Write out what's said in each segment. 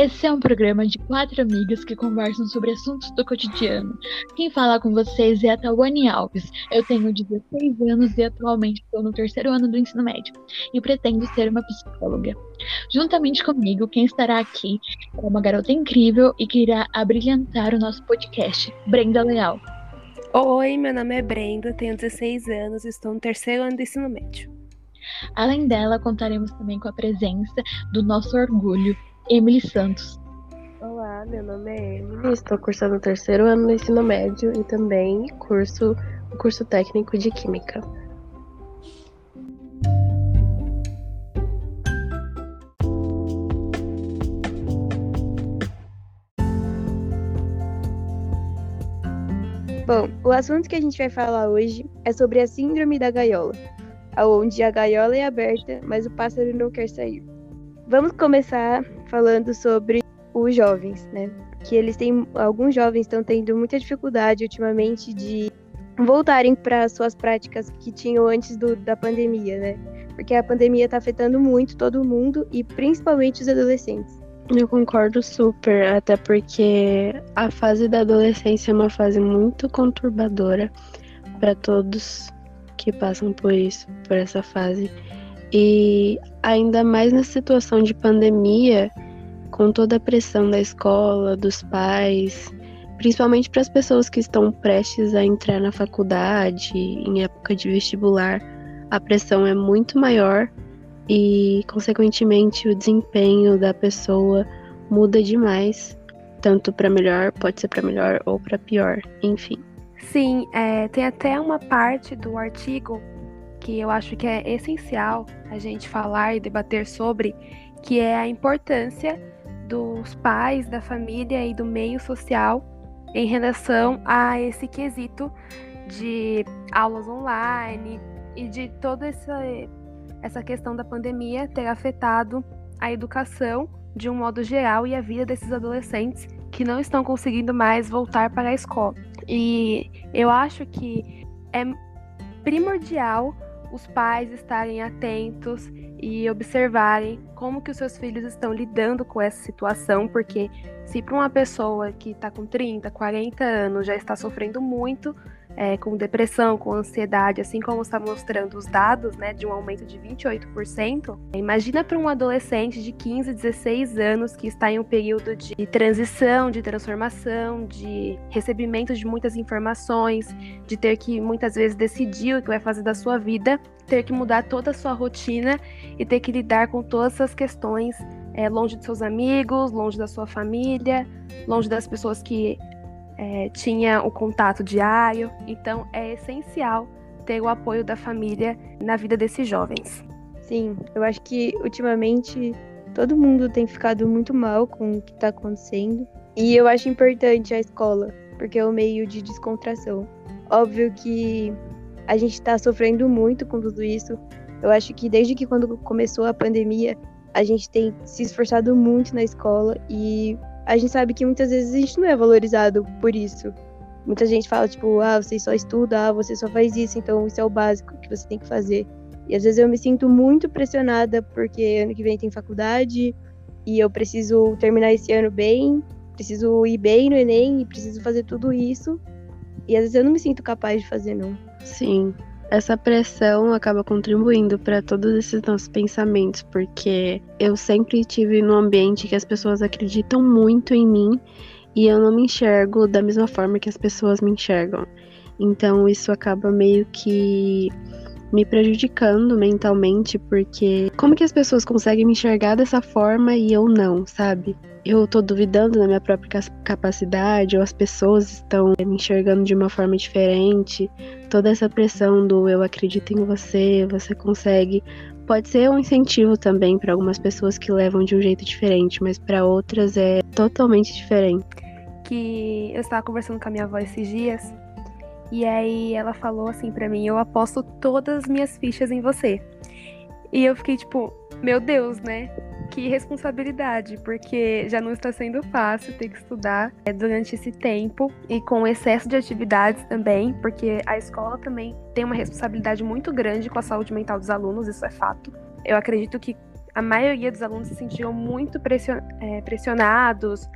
Esse é um programa de 4 amigas que conversam sobre assuntos do cotidiano. Quem fala com vocês é a Tawane Alves. Eu tenho 16 anos e atualmente estou no 3º ano do ensino médio e pretendo ser uma psicóloga. Juntamente comigo, quem estará aqui é uma garota incrível e que irá abrilhantar o nosso podcast, Brenda Leal. Oi, meu nome é Brenda, tenho 16 anos e estou no 3º ano do ensino médio. Além dela, contaremos também com a presença do nosso orgulho, Emily Santos. Olá, meu nome é Emily, estou cursando o 3º ano do ensino médio e também curso o curso técnico de Química. Bom, o assunto que a gente vai falar hoje é sobre a síndrome da gaiola, onde a gaiola é aberta, mas o pássaro não quer sair. Vamos começar falando sobre os jovens, né? Que alguns jovens estão tendo muita dificuldade ultimamente de voltarem para suas práticas que tinham antes da pandemia, né? Porque a pandemia está afetando muito todo mundo e principalmente os adolescentes. Eu concordo super, até porque a fase da adolescência é uma fase muito conturbadora para todos que passam por essa fase. E ainda mais na situação de pandemia, com toda a pressão da escola, dos pais, principalmente para as pessoas que estão prestes a entrar na faculdade, em época de vestibular, a pressão é muito maior e, consequentemente, o desempenho da pessoa muda demais, tanto para melhor, pode ser para melhor ou para pior, enfim. Sim, tem até uma parte do artigo que eu acho que é essencial a gente falar e debater sobre, que é a importância dos pais, da família e do meio social em relação a esse quesito de aulas online e de toda essa questão da pandemia ter afetado a educação de um modo geral e a vida desses adolescentes que não estão conseguindo mais voltar para a escola. E eu acho que é primordial os pais estarem atentos e observarem como que os seus filhos estão lidando com essa situação, porque se para uma pessoa que está com 30, 40 anos já está sofrendo muito com depressão, com ansiedade, assim como está mostrando os dados, né, de um aumento de 28%, imagina para um adolescente de 15, 16 anos que está em um período de transição, de transformação, de recebimento de muitas informações, de ter que muitas vezes decidir o que vai fazer da sua vida, ter que mudar toda a sua rotina e ter que lidar com todas essas questões longe de seus amigos, longe da sua família, longe das pessoas que tinha o contato diário. Então é essencial ter o apoio da família na vida desses jovens. Sim, eu acho que ultimamente todo mundo tem ficado muito mal com o que está acontecendo e eu acho importante a escola, porque é um meio de descontração. Óbvio que a gente está sofrendo muito com tudo isso. Eu acho que desde que quando começou a pandemia, a gente tem se esforçado muito na escola e a gente sabe que muitas vezes a gente não é valorizado por isso. Muita gente fala, tipo, você só estuda, você só faz isso, então isso é o básico que você tem que fazer. E às vezes eu me sinto muito pressionada, porque ano que vem tem faculdade, e eu preciso terminar esse ano bem, preciso ir bem no Enem, e preciso fazer tudo isso. E às vezes eu não me sinto capaz de fazer, não. Sim, essa pressão acaba contribuindo para todos esses nossos pensamentos, porque eu sempre estive num ambiente que as pessoas acreditam muito em mim e eu não me enxergo da mesma forma que as pessoas me enxergam. Então isso acaba meio que me prejudicando mentalmente, porque como que as pessoas conseguem me enxergar dessa forma e eu não, sabe? Eu tô duvidando da minha própria capacidade, ou as pessoas estão me enxergando de uma forma diferente. Toda essa pressão do eu acredito em você, você consegue, pode ser um incentivo também para algumas pessoas que levam de um jeito diferente, mas para outras é totalmente diferente. Que eu estava conversando com a minha avó esses dias, e aí ela falou assim pra mim: eu aposto todas as minhas fichas em você. E eu fiquei tipo, meu Deus, né? Que responsabilidade, porque já não está sendo fácil ter que estudar durante esse tempo e com excesso de atividades também, porque a escola também tem uma responsabilidade muito grande com a saúde mental dos alunos, isso é fato. Eu acredito que a maioria dos alunos se sentiam muito pressionados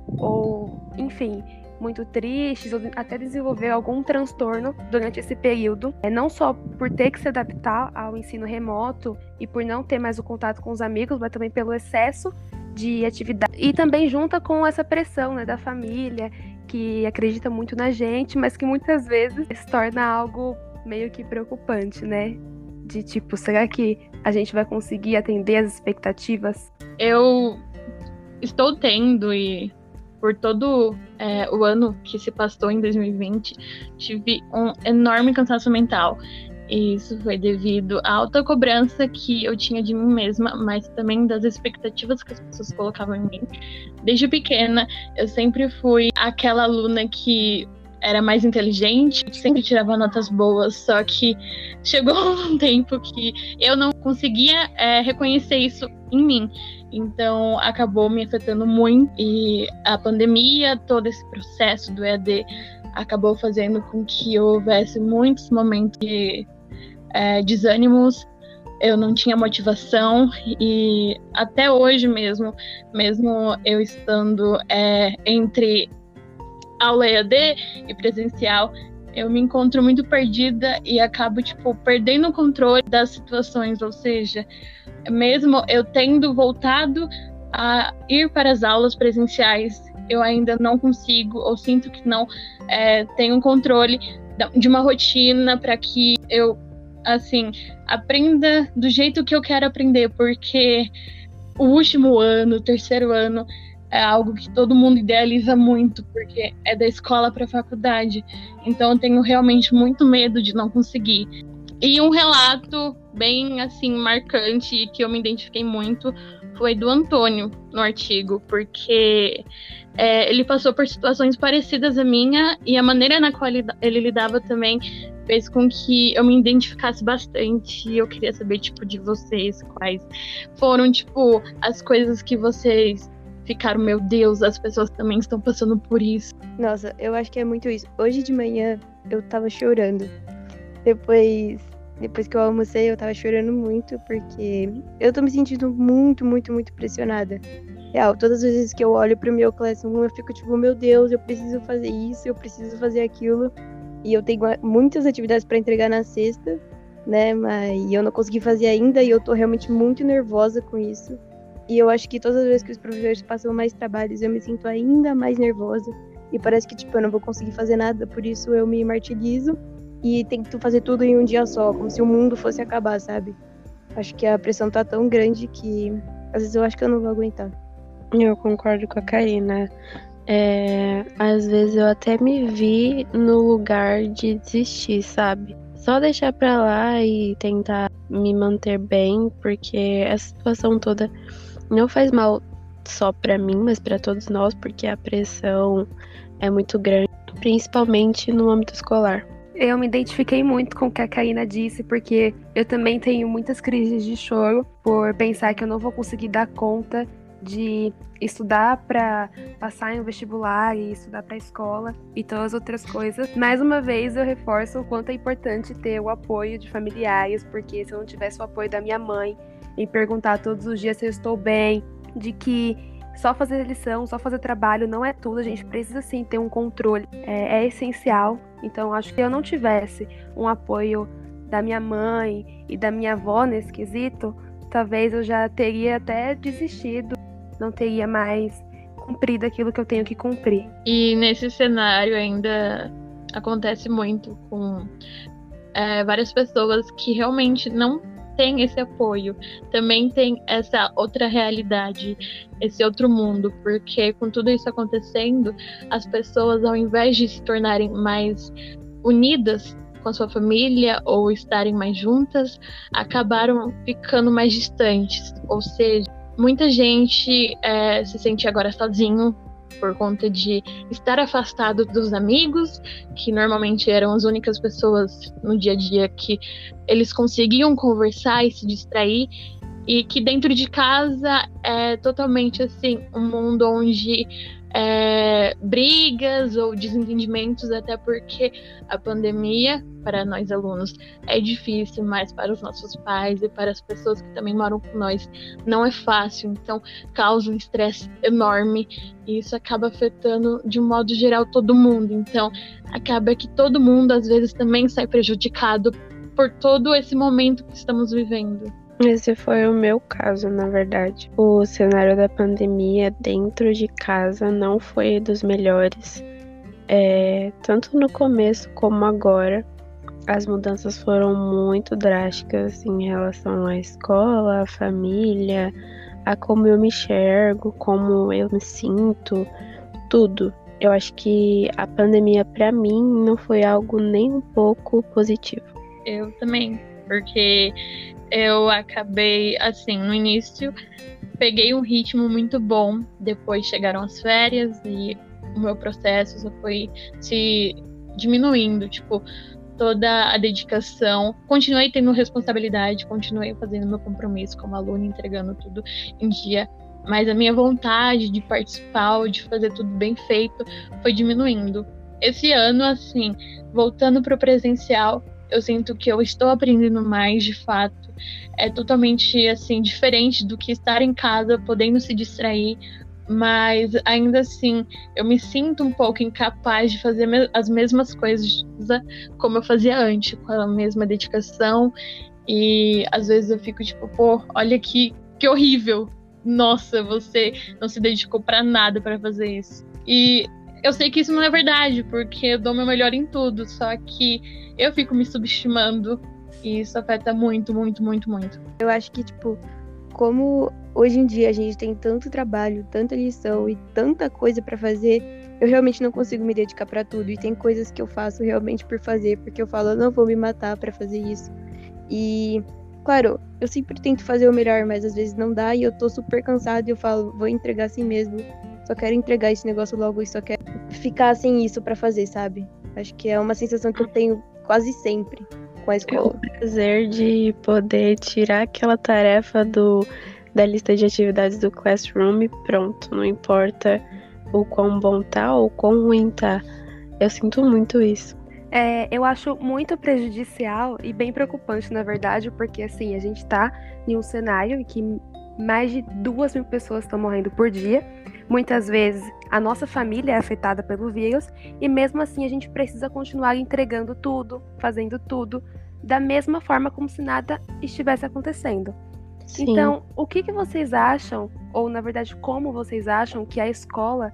ou, enfim, muito tristes, ou até desenvolver algum transtorno durante esse período, não só por ter que se adaptar ao ensino remoto e por não ter mais o contato com os amigos, mas também pelo excesso de atividade. E também junta com essa pressão, né, da família, que acredita muito na gente, mas que muitas vezes se torna algo meio que preocupante, né? De tipo, será que a gente vai conseguir atender as expectativas? Eu estou tendo, e por todo o ano que se passou em 2020, tive um enorme cansaço mental. E isso foi devido à alta cobrança que eu tinha de mim mesma, mas também das expectativas que as pessoas colocavam em mim. Desde pequena, eu sempre fui aquela aluna que era mais inteligente, sempre tirava notas boas, só que chegou um tempo que eu não conseguia reconhecer isso em mim. Então, acabou me afetando muito, e a pandemia, todo esse processo do EAD, acabou fazendo com que houvesse muitos momentos de desânimos. Eu não tinha motivação, e até hoje mesmo eu estando entre aula EAD e presencial, eu me encontro muito perdida e acabo, perdendo o controle das situações. Ou seja, mesmo eu tendo voltado a ir para as aulas presenciais, eu ainda não consigo, ou sinto que não tenho um controle de uma rotina para que eu, assim, aprenda do jeito que eu quero aprender, porque o último ano, o terceiro ano, é algo que todo mundo idealiza muito, porque é da escola para a faculdade. Então eu tenho realmente muito medo de não conseguir. E um relato bem, assim, marcante, que eu me identifiquei muito, foi do Antônio, no artigo, porque ele passou por situações parecidas à minha, e a maneira na qual ele lidava também fez com que eu me identificasse bastante. E eu queria saber, de vocês, quais foram, as coisas que vocês ficaram, meu Deus, as pessoas também estão passando por isso. Nossa, eu acho que é muito isso. Hoje de manhã eu tava chorando. Depois que eu almocei, eu tava chorando muito, porque eu tô me sentindo muito, muito, muito pressionada. Real, todas as vezes que eu olho pro meu Classroom, eu fico meu Deus, eu preciso fazer isso, eu preciso fazer aquilo. E eu tenho muitas atividades pra entregar na sexta, né? Mas eu não consegui fazer ainda, e eu tô realmente muito nervosa com isso. E eu acho que todas as vezes que os professores passam mais trabalhos, eu me sinto ainda mais nervosa. E parece que, eu não vou conseguir fazer nada, por isso eu me martirizo e tento fazer tudo em um dia só, como se o mundo fosse acabar, sabe? Acho que a pressão tá tão grande que às vezes eu acho que eu não vou aguentar. Eu concordo com a Karina. Às vezes eu até me vi no lugar de desistir, sabe? Só deixar pra lá e tentar me manter bem, porque essa situação toda não faz mal só pra mim, mas pra todos nós, porque a pressão é muito grande, principalmente no âmbito escolar. Eu me identifiquei muito com o que a Karina disse, porque eu também tenho muitas crises de choro por pensar que eu não vou conseguir dar conta de estudar para passar em um vestibular e estudar para a escola e todas as outras coisas. Mais uma vez eu reforço o quanto é importante ter o apoio de familiares, porque se eu não tivesse o apoio da minha mãe em perguntar todos os dias se eu estou bem, de que só fazer lição, só fazer trabalho não é tudo, a gente precisa sim ter um controle, é essencial. Então acho que se eu não tivesse um apoio da minha mãe e da minha avó nesse quesito, talvez eu já teria até desistido, não teria mais cumprido aquilo que eu tenho que cumprir. E nesse cenário ainda acontece muito com várias pessoas que realmente não têm esse apoio. Também tem essa outra realidade, esse outro mundo, porque com tudo isso acontecendo, as pessoas, ao invés de se tornarem mais unidas com a sua família ou estarem mais juntas, acabaram ficando mais distantes. Ou seja, muita gente se sente agora sozinho por conta de estar afastado dos amigos, que normalmente eram as únicas pessoas no dia a dia que eles conseguiam conversar e se distrair, e que dentro de casa é totalmente assim, um mundo onde brigas ou desentendimentos, até porque a pandemia, para nós alunos, é difícil, mas para os nossos pais e para as pessoas que também moram com nós, não é fácil. Então, causa um estresse enorme e isso acaba afetando, de um modo geral, todo mundo. Então, acaba que todo mundo, às vezes, também sai prejudicado por todo esse momento que estamos vivendo. Esse foi o meu caso, na verdade. O cenário da pandemia dentro de casa não foi dos melhores. Tanto no começo como agora, as mudanças foram muito drásticas em relação à escola, à família, a como eu me enxergo, como eu me sinto, tudo. Eu acho que a pandemia, para mim, não foi algo nem um pouco positivo. Eu também, porque eu acabei, assim, no início, peguei um ritmo muito bom, depois chegaram as férias e o meu processo só foi se diminuindo, tipo, toda a dedicação. Continuei tendo responsabilidade, continuei fazendo meu compromisso como aluna, entregando tudo em dia, mas a minha vontade de participar, de fazer tudo bem feito, foi diminuindo. Esse ano, assim, voltando para o presencial, eu sinto que eu estou aprendendo mais, de fato. É totalmente, assim, diferente do que estar em casa, podendo se distrair, mas ainda assim, eu me sinto um pouco incapaz de fazer as mesmas coisas como eu fazia antes, com a mesma dedicação, e às vezes eu fico tipo, pô, olha que horrível, nossa, você não se dedicou pra nada pra fazer isso. E eu sei que isso não é verdade, porque eu dou meu melhor em tudo, só que eu fico me subestimando e isso afeta muito, muito, muito, muito. Eu acho que, tipo, como hoje em dia a gente tem tanto trabalho, tanta lição e tanta coisa pra fazer, eu realmente não consigo me dedicar pra tudo. E tem coisas que eu faço realmente por fazer, porque eu falo, eu não vou me matar pra fazer isso. E, claro, eu sempre tento fazer o melhor, mas às vezes não dá e eu tô super cansada e eu falo, vou entregar assim mesmo. Só quero entregar esse negócio logo e só quero ficar sem isso pra fazer, sabe? Acho que é uma sensação que eu tenho quase sempre com a escola. O prazer de poder tirar aquela tarefa da lista de atividades do Classroom e pronto, não importa o quão bom tá ou quão ruim tá. Eu sinto muito isso. Eu acho muito prejudicial e bem preocupante, na verdade, porque assim, a gente tá em um cenário em que mais de 2.000 pessoas estão morrendo por dia. Muitas vezes a nossa família é afetada pelo vírus e mesmo assim a gente precisa continuar entregando tudo, fazendo tudo, da mesma forma como se nada estivesse acontecendo. Sim. Então, o que vocês acham, ou na verdade como vocês acham que a escola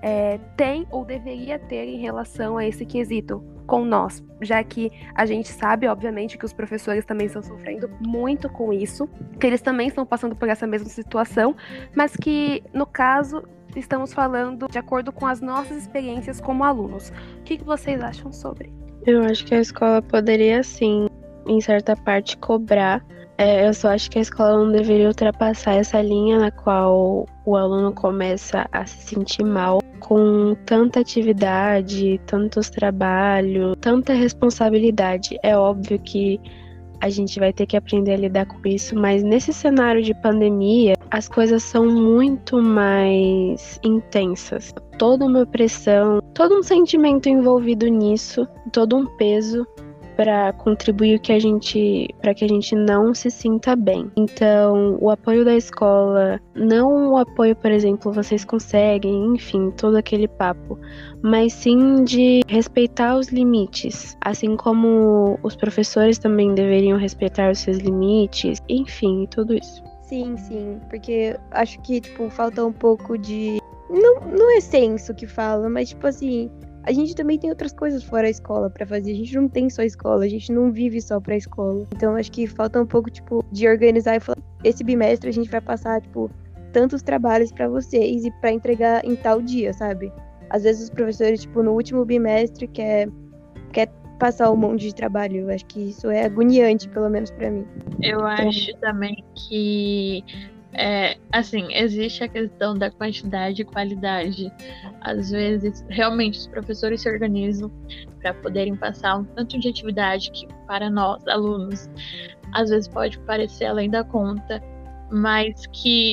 tem ou deveria ter em relação a esse quesito com nós, já que a gente sabe, obviamente, que os professores também estão sofrendo muito com isso, que eles também estão passando por essa mesma situação, mas que, no caso, estamos falando de acordo com as nossas experiências como alunos. O que vocês acham sobre? Eu acho que a escola poderia, sim, em certa parte, cobrar. Eu só acho que a escola não deveria ultrapassar essa linha na qual o aluno começa a se sentir mal com tanta atividade, tantos trabalhos, tanta responsabilidade. É óbvio que a gente vai ter que aprender a lidar com isso, mas nesse cenário de pandemia, as coisas são muito mais intensas. Toda uma pressão, todo um sentimento envolvido nisso, todo um peso para contribuir para que a gente não se sinta bem. Então, o apoio da escola, não o apoio, por exemplo, vocês conseguem, enfim, todo aquele papo, mas sim de respeitar os limites, assim como os professores também deveriam respeitar os seus limites, enfim, tudo isso. Sim, porque acho que, tipo, falta um pouco de... Não é senso que fala, mas, tipo assim, a gente também tem outras coisas fora a escola pra fazer. A gente não tem só escola, a gente não vive só pra escola. Então, acho que falta um pouco, tipo, de organizar e falar, esse bimestre a gente vai passar, tipo, tantos trabalhos pra vocês e pra entregar em tal dia, sabe? Às vezes os professores, tipo, no último bimestre quer passar um monte de trabalho. Eu acho que isso é agoniante, pelo menos pra mim. Eu acho também que assim, existe a questão da quantidade e qualidade. Às vezes, realmente, os professores se organizam para poderem passar um tanto de atividade que, para nós, alunos, às vezes pode parecer além da conta, mas que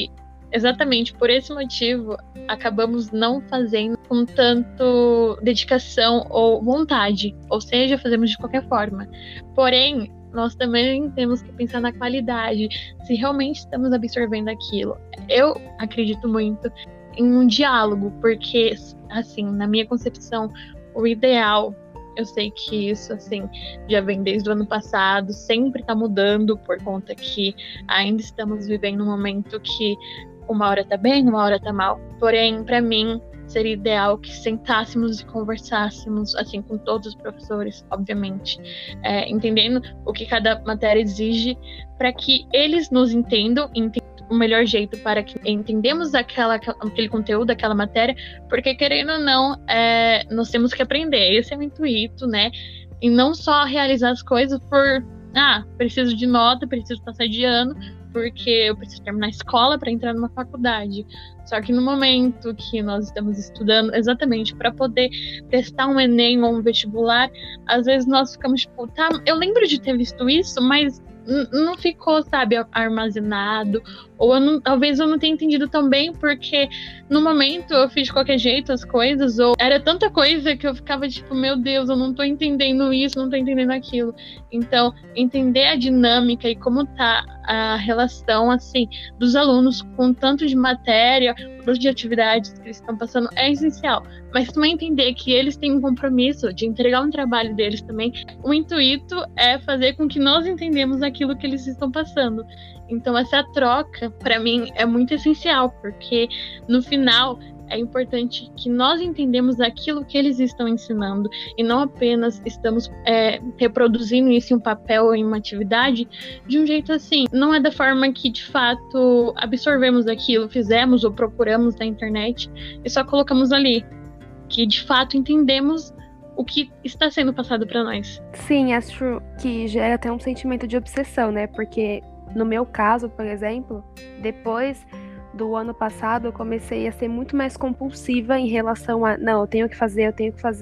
exatamente por esse motivo, acabamos não fazendo com tanto dedicação ou vontade, ou seja, fazemos de qualquer forma. Porém, nós também temos que pensar na qualidade, se realmente estamos absorvendo aquilo. Eu acredito muito em um diálogo, porque, assim, na minha concepção, o ideal, eu sei que isso, assim, já vem desde o ano passado, sempre tá mudando, por conta que ainda estamos vivendo um momento que uma hora tá bem, uma hora tá mal. Porém, para mim, seria ideal que sentássemos e conversássemos, assim, com todos os professores, obviamente, entendendo o que cada matéria exige, para que eles nos entendam o melhor jeito para que entendamos aquele conteúdo, aquela matéria, porque, querendo ou não, nós temos que aprender. Esse é o intuito, né? E não só realizar as coisas por, preciso de nota, preciso passar de ano, porque eu preciso terminar a escola para entrar numa faculdade. Só que no momento que nós estamos estudando, exatamente para poder testar um Enem ou um vestibular, às vezes nós ficamos tipo, eu lembro de ter visto isso, mas não ficou, sabe, armazenado, ou talvez eu não tenha entendido tão bem, porque no momento eu fiz de qualquer jeito as coisas, ou era tanta coisa que eu ficava tipo, meu Deus, eu não tô entendendo isso, não tô entendendo aquilo. Então, entender a dinâmica e como tá a relação, assim, dos alunos com tanto de matéria, de atividades que eles estão passando é essencial, mas também entender que eles têm um compromisso de entregar um trabalho deles também. O intuito é fazer com que nós entendamos aquilo que eles estão passando. Então essa troca, para mim, é muito essencial, porque no final é importante que nós entendamos aquilo que eles estão ensinando e não apenas estamos reproduzindo isso em um papel ou em uma atividade de um jeito assim. Não é da forma que, de fato, absorvemos aquilo, fizemos ou procuramos na internet e só colocamos ali. Que, de fato, entendemos o que está sendo passado para nós. Sim, acho que gera até um sentimento de obsessão, né? Porque, no meu caso, por exemplo, depois do ano passado, eu comecei a ser muito mais compulsiva em relação a, não, eu tenho que fazer,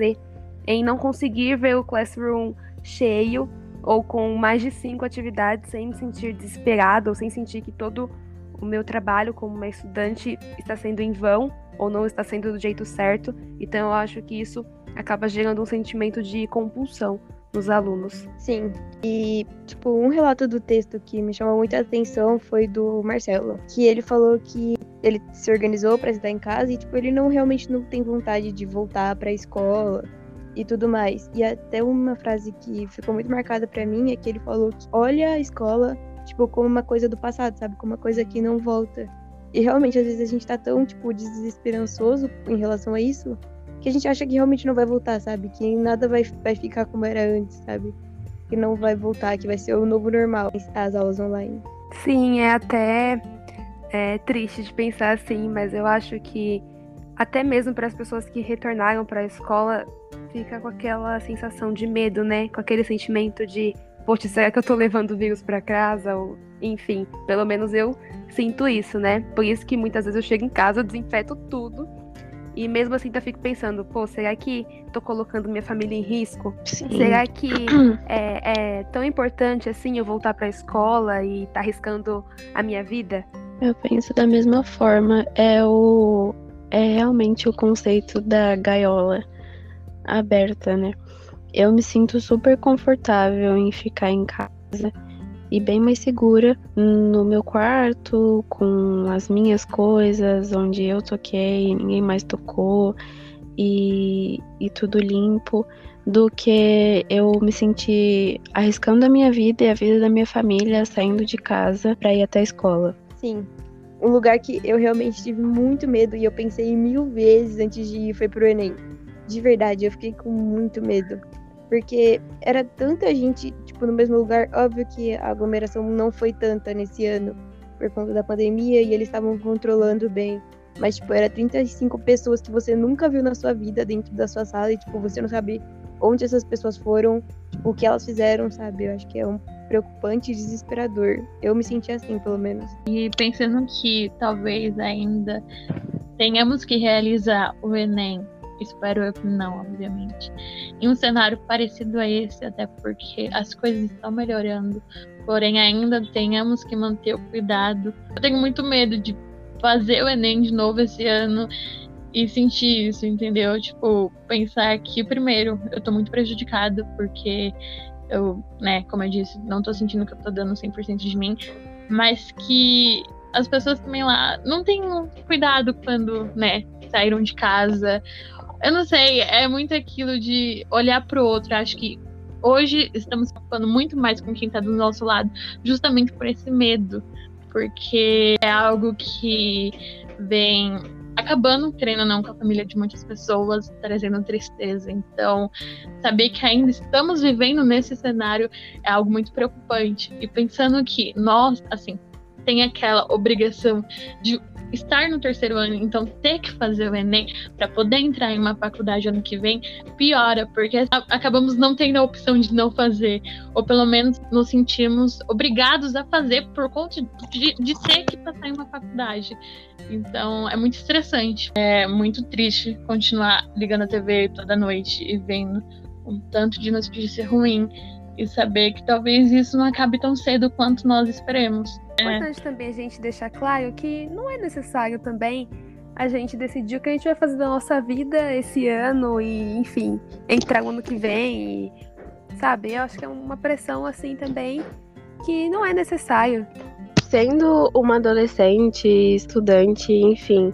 em não conseguir ver o Classroom cheio ou com mais de 5 atividades sem me sentir desesperada ou sem sentir que todo o meu trabalho como uma estudante está sendo em vão ou não está sendo do jeito certo. Então eu acho que isso acaba gerando um sentimento de compulsão nos alunos. Sim, e tipo, um relato do texto que me chamou muita atenção foi do Marcelo, que ele falou que ele se organizou para estudar em casa e tipo, ele realmente não tem vontade de voltar para a escola e tudo mais. E até uma frase que ficou muito marcada para mim é que ele falou que olha a escola tipo como uma coisa do passado, sabe, como uma coisa que não volta. E realmente às vezes a gente tá tão tipo desesperançoso em relação a isso, que a gente acha que realmente não vai voltar, sabe? Que nada vai ficar como era antes, sabe? Que não vai voltar, que vai ser o novo normal, as aulas online. Sim, é até triste de pensar assim, mas eu acho que até mesmo para as pessoas que retornaram para a escola, fica com aquela sensação de medo, né? Com aquele sentimento de, poxa, será que eu tô levando o vírus para casa? Ou, enfim, pelo menos eu sinto isso, né? Por isso que muitas vezes eu chego em casa, eu desinfeto tudo. E mesmo assim eu fico pensando, será que tô colocando minha família em risco? Sim. Será que é tão importante assim eu voltar pra escola e tá arriscando a minha vida? Eu penso da mesma forma. É realmente o conceito da gaiola aberta, né? Eu me sinto super confortável em ficar em casa e bem mais segura no meu quarto, com as minhas coisas, onde eu toquei, ninguém mais tocou, e tudo limpo, do que eu me sentir arriscando a minha vida e a vida da minha família saindo de casa para ir até a escola. Sim, um lugar que eu realmente tive muito medo e eu pensei 1000 vezes antes de ir foi pro Enem. De verdade, eu fiquei com muito medo. Porque era tanta gente, tipo, no mesmo lugar. Óbvio que a aglomeração não foi tanta nesse ano, por conta da pandemia, e eles estavam controlando bem. Mas, tipo, era 35 pessoas que você nunca viu na sua vida dentro da sua sala, e, tipo, você não sabe onde essas pessoas foram, tipo, o que elas fizeram, sabe? Eu acho que é um preocupante e desesperador. Eu me senti assim, pelo menos. E pensando que talvez ainda tenhamos que realizar o Enem, espero eu que não, obviamente, em um cenário parecido a esse, até porque as coisas estão melhorando, porém ainda tenhamos que manter o cuidado. Eu tenho muito medo de fazer o Enem de novo esse ano e sentir isso, entendeu? Tipo, pensar que, primeiro, eu tô muito prejudicada, porque eu, né, como eu disse, não tô sentindo que eu tô dando 100% de mim, mas que as pessoas também lá não têm cuidado quando, né, saíram de casa. Eu não sei, é muito aquilo de olhar pro outro. Acho que hoje estamos preocupando muito mais com quem tá do nosso lado, justamente por esse medo, porque é algo que vem acabando, querendo ou não, com a família de muitas pessoas, trazendo tristeza. Então, saber que ainda estamos vivendo nesse cenário é algo muito preocupante. E pensando que nós, assim, tem aquela obrigação de estar no terceiro ano, então ter que fazer o Enem para poder entrar em uma faculdade ano que vem, piora, porque acabamos não tendo a opção de não fazer, ou pelo menos nos sentimos obrigados a fazer por conta de ter que passar em uma faculdade. Então é muito estressante, é muito triste continuar ligando a TV toda noite e vendo um tanto de notícia ruim e saber que talvez isso não acabe tão cedo quanto nós esperemos. É importante também a gente deixar claro que não é necessário também a gente decidir o que a gente vai fazer da nossa vida esse ano e, enfim, entrar no ano que vem, e, sabe? Eu acho que é uma pressão assim também que não é necessário. Sendo uma adolescente, estudante, enfim,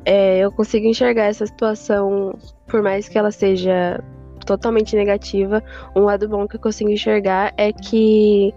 eu consigo enxergar essa situação, por mais que ela seja totalmente negativa. Um lado bom que eu consigo enxergar é que,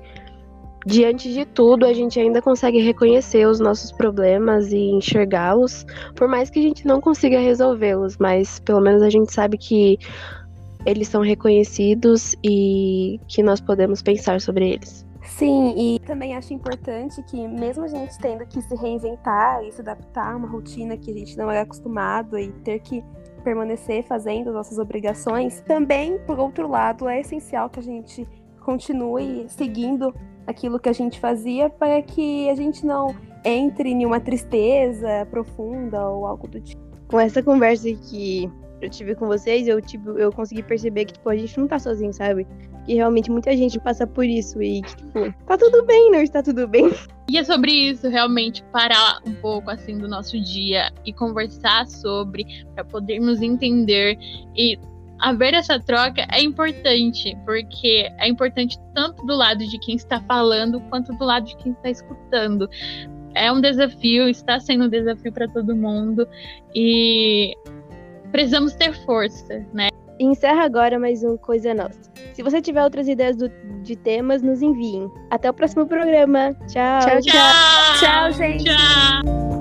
diante de tudo, a gente ainda consegue reconhecer os nossos problemas e enxergá-los, por mais que a gente não consiga resolvê-los, mas pelo menos a gente sabe que eles são reconhecidos e que nós podemos pensar sobre eles. Sim, e também acho importante que, mesmo a gente tendo que se reinventar e se adaptar a uma rotina que a gente não é acostumado e ter que permanecer fazendo nossas obrigações, também, por outro lado, é essencial que a gente continue seguindo aquilo que a gente fazia para que a gente não entre em uma tristeza profunda ou algo do tipo. Com essa conversa que eu tive com vocês, eu consegui perceber que, tipo, a gente não tá sozinho, sabe? Que realmente muita gente passa por isso e que, tipo, tá tudo bem, não está tudo bem. E é sobre isso, realmente, parar um pouco, assim, do nosso dia e conversar sobre, para podermos entender e haver essa troca é importante, porque é importante tanto do lado de quem está falando, quanto do lado de quem está escutando. É um desafio, está sendo um desafio para todo mundo e precisamos ter força, né? Encerra agora mais um Coisa Nossa. Se você tiver outras ideias de temas, nos enviem. Até o próximo programa. Tchau. Tchau, gente. Tchau.